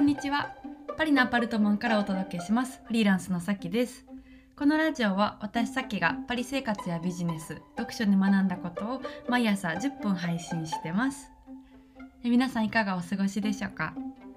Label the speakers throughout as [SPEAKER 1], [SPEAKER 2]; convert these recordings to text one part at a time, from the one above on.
[SPEAKER 1] んにちは。パリのアパルトマンからお届けします。フリーランスのさきです。このラジオは私さきがパリ生活やビジネス、読書で学んだことを毎朝10分配信してます。皆さんいかがお過ごしでしょうか。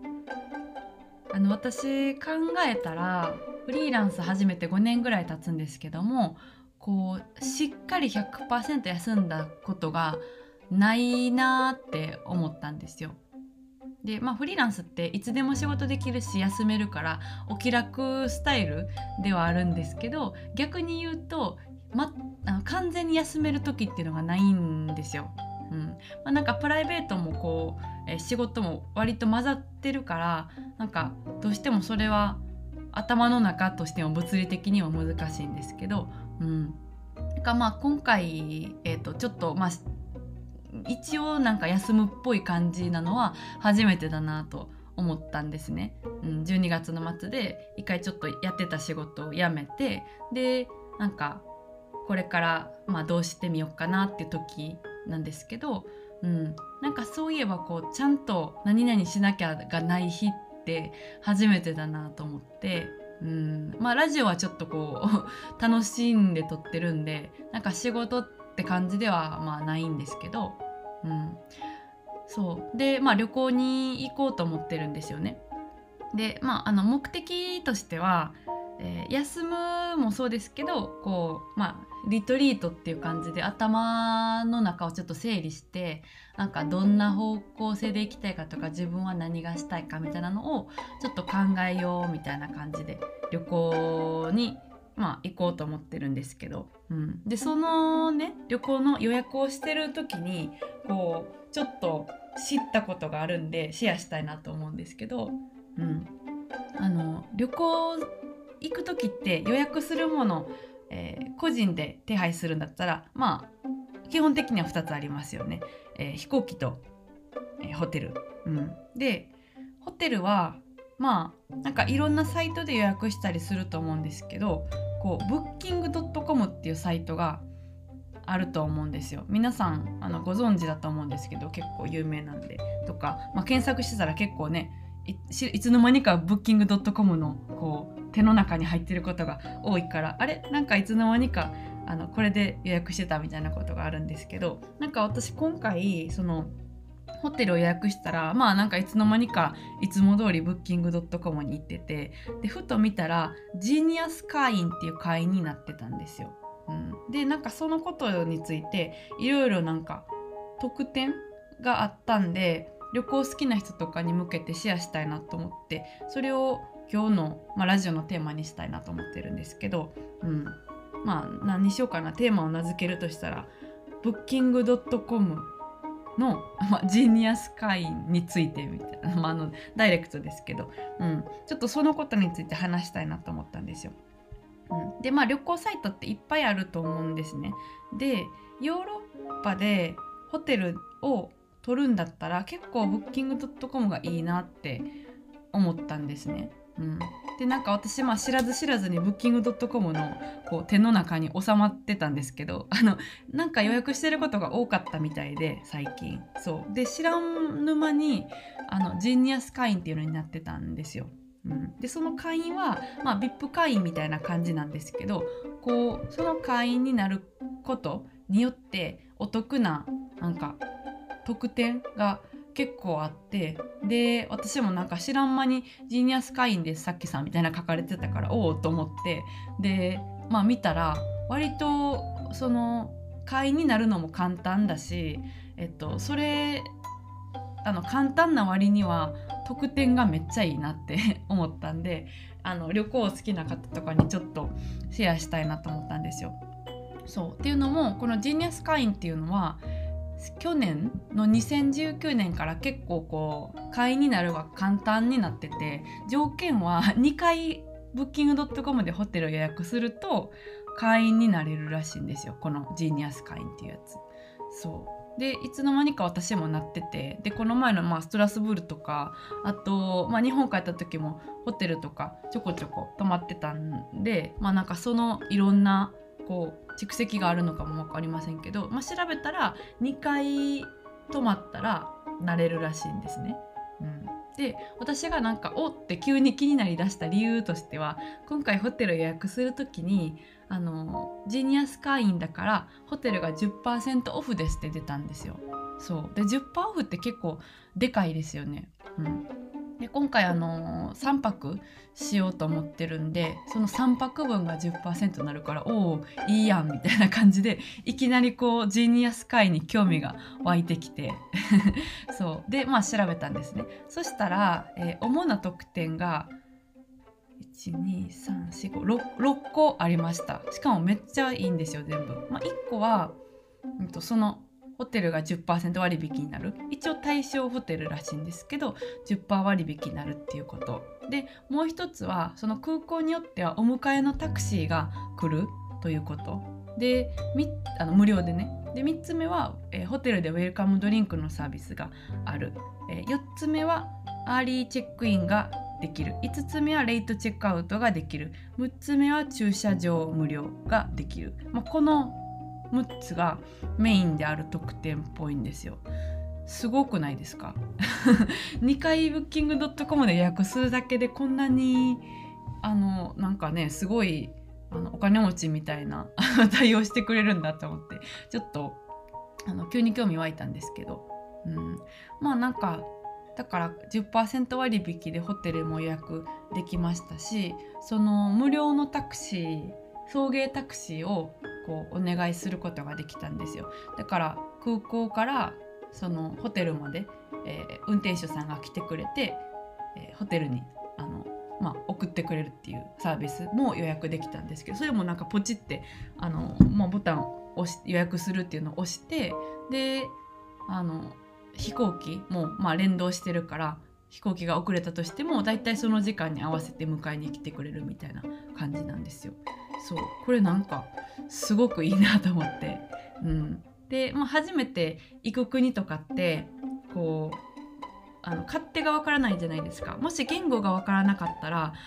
[SPEAKER 1] 私考えたらフリーランス始めて5年ぐらい経つんですけども、しっかり 100% 休んだことがないなって思ったんですよ。で、フリーランスっていつでも仕事できるし休めるからお気楽スタイルではあるんですけど、逆に言うと、完全に休める時っていうのがないんですよ。なんかプライベートも仕事も割と混ざってるから、なんかどうしてもそれは頭の中としても物理的には難しいんですけど、なんか今回、ちょっと一応なんか休むっぽい感じなのは初めてだなと思ったんですね。12月の末で一回ちょっとやってた仕事を辞めて、でなんかこれからどうしてみようかなっていう時なんですけど、なんかそういえばちゃんと何々しなきゃがない日って初めてだなと思って、ラジオはちょっと楽しんで撮ってるんで、なんか仕事って感じではないんですけど、そうで、旅行に行こうと思ってるんですよね。で、目的としては、休むもそうですけど、リトリートっていう感じで頭の中をちょっと整理して、なんかどんな方向性で行きたいかとか、自分は何がしたいかみたいなのをちょっと考えようみたいな感じで旅行に行こうと思ってるんですけど、でそのね旅行の予約をしてる時にちょっと知ったことがあるんでシェアしたいなと思うんですけど、旅行行く時って予約するもの、個人で手配するんだったら基本的には2つありますよね。飛行機と、ホテル、でホテルはなんかいろんなサイトで予約したりすると思うんですけど、ブッキングドットコムっていうサイトがあると思うんですよ。皆さんご存知だと思うんですけど、結構有名なんでとか、検索してたら結構ね、いつの間にかブッキングドットコムの手の中に入ってることが多いから、あれなんかいつの間にかこれで予約してたみたいなことがあるんですけど、なんか私今回そのホテルを予約したらなんかいつの間にかいつも通りブッキングドットコムに行ってて、でふと見たらジーニアス会員っていう会員になってたんですよ。でなんかそのことについていろいろなんか特典があったんで、旅行好きな人とかに向けてシェアしたいなと思って、それを今日の、ラジオのテーマにしたいなと思ってるんですけど、何にしようかな。テーマを名付けるとしたらブッキングドットコムの、ジーニアス会員についてみたいな、ダイレクトですけど、ちょっとそのことについて話したいなと思ったんですよ。で旅行サイトっていっぱいあると思うんですね。でヨーロッパでホテルを取るんだったら結構ブッキングドットコムがいいなって思ったんですね。でなんか私知らず知らずにブッキングドットコムの手の中に収まってたんですけど、なんか予約してることが多かったみたいで最近。そうで知らん沼にジーニアス会員っていうのになってたんですよ。でその会員は、VIP 会員みたいな感じなんですけど、その会員になることによってお得ななんか特典が結構あって、で私もなんか知らん間にジーニアス会員ですさっきさんみたいな書かれてたから、おおと思って、で見たら割とその会員になるのも簡単だし、それ簡単な割には特典がめっちゃいいなって思ったんで、旅行好きな方とかにちょっとシェアしたいなと思ったんですよ。そうっていうのも、このジーニアス会員っていうのは去年の2019年から結構会員になるが簡単になってて、条件は2回ブッキングドットコムでホテルを予約すると会員になれるらしいんですよ、このジーニアス会員っていうやつ。そうでいつの間にか私もなってて、でこの前のストラスブールとか、あと、日本帰った時もホテルとかちょこちょこ泊まってたんで、なんかそのいろんな蓄積があるのかも分かりませんけど、調べたら2回泊まったらなれるらしいんですね。 で私がなんかおって急に気になりだした理由としては、今回ホテル予約する時にジーニアス会員だからホテルが 10% オフですって出たんですよ。そうで 10% オフって結構でかいですよね。で今回3泊しようと思ってるんで、その3泊分が 10% になるから、おおいいやんみたいな感じで、いきなりこうジーニアス会に興味が湧いてきてそうで調べたんですね。そしたら、主な特典が12345 6個ありました。しかもめっちゃいいんですよ全部。1個は、そのホテルが 10% 割引になる、一応対象ホテルらしいんですけど 10% 割引になるっていうことで、もう一つはその空港によってはお迎えのタクシーが来るということで、無料でね。で3つ目は、ホテルでウェルカムドリンクのサービスがある、4つ目はアーリーチェックインができる、5つ目はレイトチェックアウトができる、6つ目は駐車場無料ができる、この6つがメインである特典っぽいんですよ。すごくないですか2回ブッキングドットコムで予約するだけでこんなになんかね、すごいお金持ちみたいな対応してくれるんだと思って、ちょっと急に興味湧いたんですけど、なんかだから 10% 割引でホテルも予約できましたし、その無料のタクシー、送迎タクシーをこうお願いすることができたんですよ。だから空港からそのホテルまで、運転手さんが来てくれて、ホテルに送ってくれるっていうサービスも予約できたんですけど、それもなんかポチってボタンを押し予約するっていうのを押して、で飛行機も連動してるから、飛行機が遅れたとしてもだいたいその時間に合わせて迎えに来てくれるみたいな感じなんですよ。そうこれなんかすごくいいなと思って、で、初めて行く国とかってこう勝手がわからないじゃないですか。もし言語がわからなかったら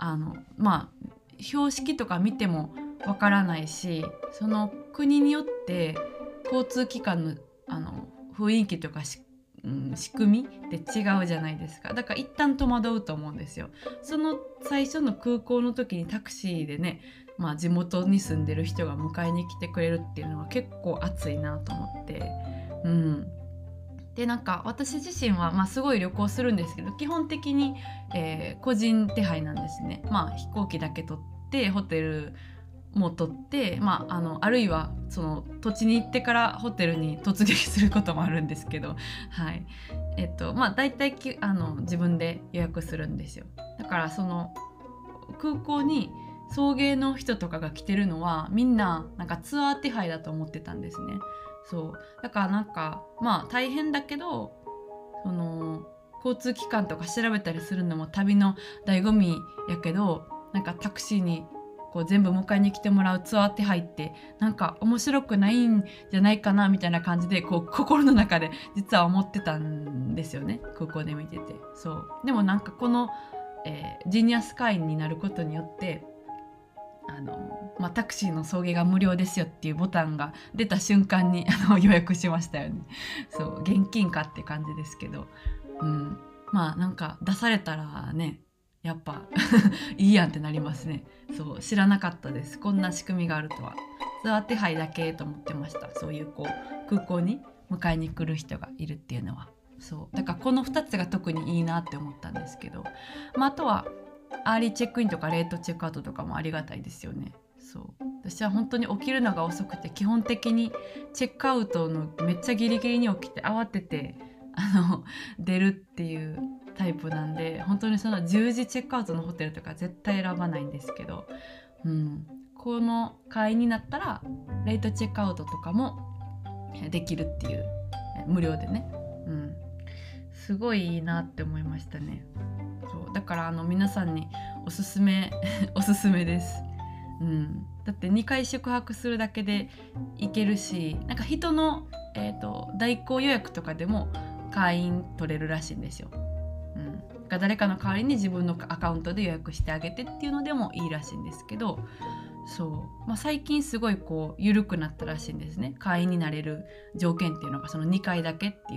[SPEAKER 1] 標識とか見てもわからないし、その国によって交通機関の雰囲気とか仕組みって違うじゃないですか。だから一旦戸惑うと思うんですよ。その最初の空港の時にタクシーでね、地元に住んでる人が迎えに来てくれるっていうのは結構熱いなと思って、でなんか私自身はすごい旅行するんですけど、基本的に、個人手配なんですね。飛行機だけ取ってホテルも取って、あるいはその土地に行ってからホテルに突撃することもあるんですけど、はい大体自分で予約するんですよ。だからその空港に送迎の人とかが来てるのはみんななんかツアー手配だと思ってたんですね。そうだからなんか大変だけど、その交通機関とか調べたりするのも旅の醍醐味やけど、なんかタクシーにこう全部迎えに来てもらうツアー手配ってなんか面白くないんじゃないかなみたいな感じでこう心の中で実は思ってたんですよね、空港で見てて。そうでもなんかこの、ジーニアス会員になることによってタクシーの送迎が無料ですよっていうボタンが出た瞬間に予約しましたよね。そう現金かって感じですけど、なんか出されたらね、やっぱいいやんってなりますね。そう知らなかったです、こんな仕組みがあるとは。ツアー手配だけと思ってました。そういうこう空港に迎えに来る人がいるっていうのは。そうだからこの2つが特にいいなって思ったんですけど、あとはアーリーチェックインとかレートチェックアウトとかもありがたいですよね。そう私は本当に起きるのが遅くて、基本的にチェックアウトのめっちゃギリギリに起きて慌てて出るっていうタイプなんで、本当にその10時チェックアウトのホテルとか絶対選ばないんですけど、この会員になったらレートチェックアウトとかもできるっていう、無料でね、すごいいいなって思いましたね。そうだから皆さんにおすすめおすすめです。だって2回宿泊するだけで行けるし、なんか人の、代行予約とかでも会員取れるらしいんですよ。誰かの代わりに自分のアカウントで予約してあげてっていうのでもいいらしいんですけど、そう、最近すごいこう緩くなったらしいんですね。会員になれる条件っていうのがその2回だけっていう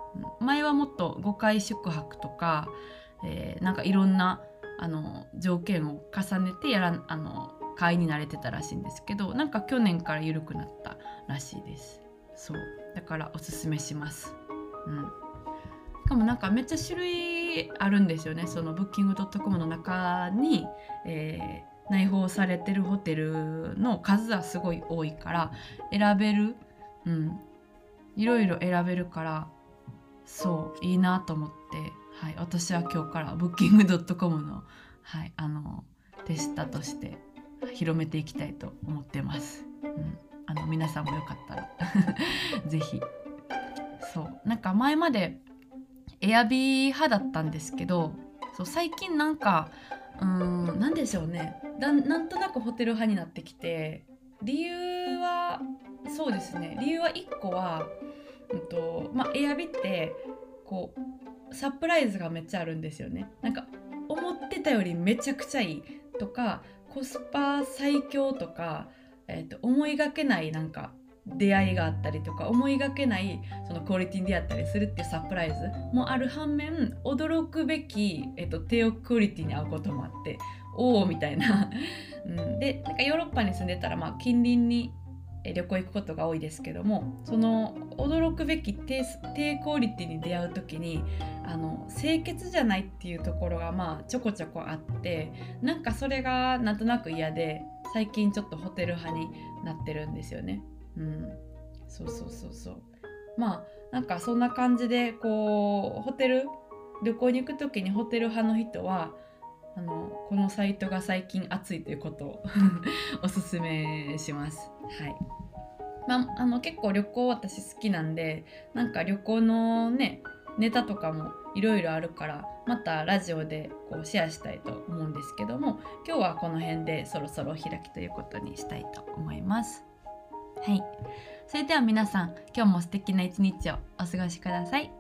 [SPEAKER 1] 前はもっと5回宿泊とか、なんかいろんな条件を重ねて会員になれてたらしいんですけど、なんか去年から緩くなったらしいです。そうだからおすすめします。しかもなんかめっちゃ種類あるんですよね。そのブッキングドットコムの中に、内包されてるホテルの数はすごい多いから選べる、いろいろ選べるから、そういいなと思って、はい、私は今日からブッキングドットコムの、はい、手下として広めていきたいと思ってます。皆さんもよかったらぜひ。そうなんか前までエアビー派だったんですけど、そう最近なんかなんでしょうね、なんとなくホテル派になってきて、理由はそうですね、理由は1個は、エアビってこうサプライズがめっちゃあるんですよね。なんか思ってたよりめちゃくちゃいいとか、コスパ最強とか、思いがけないなんか出会いがあったりとか、思いがけないそのクオリティに出会ったりするっていうサプライズもある反面、驚くべき、低クオリティに合うこともあって、おおみたいなでなんかヨーロッパに住んでたら、近隣に旅行行くことが多いですけども、その驚くべき低クオリティに出会う時に清潔じゃないっていうところがちょこちょこあって、なんかそれがなんとなく嫌で、最近ちょっとホテル派になってるんですよね。そうなんかそんな感じで、こう旅行に行く時にホテル派の人はこのサイトが最近熱いということをおすすめします。はい。結構旅行私好きなんで、なんか旅行のねネタとかもいろいろあるから、またラジオでこうシェアしたいと思うんですけども、今日はこの辺でそろそろ開きということにしたいと思います。はい。それでは皆さん、今日も素敵な一日をお過ごしください。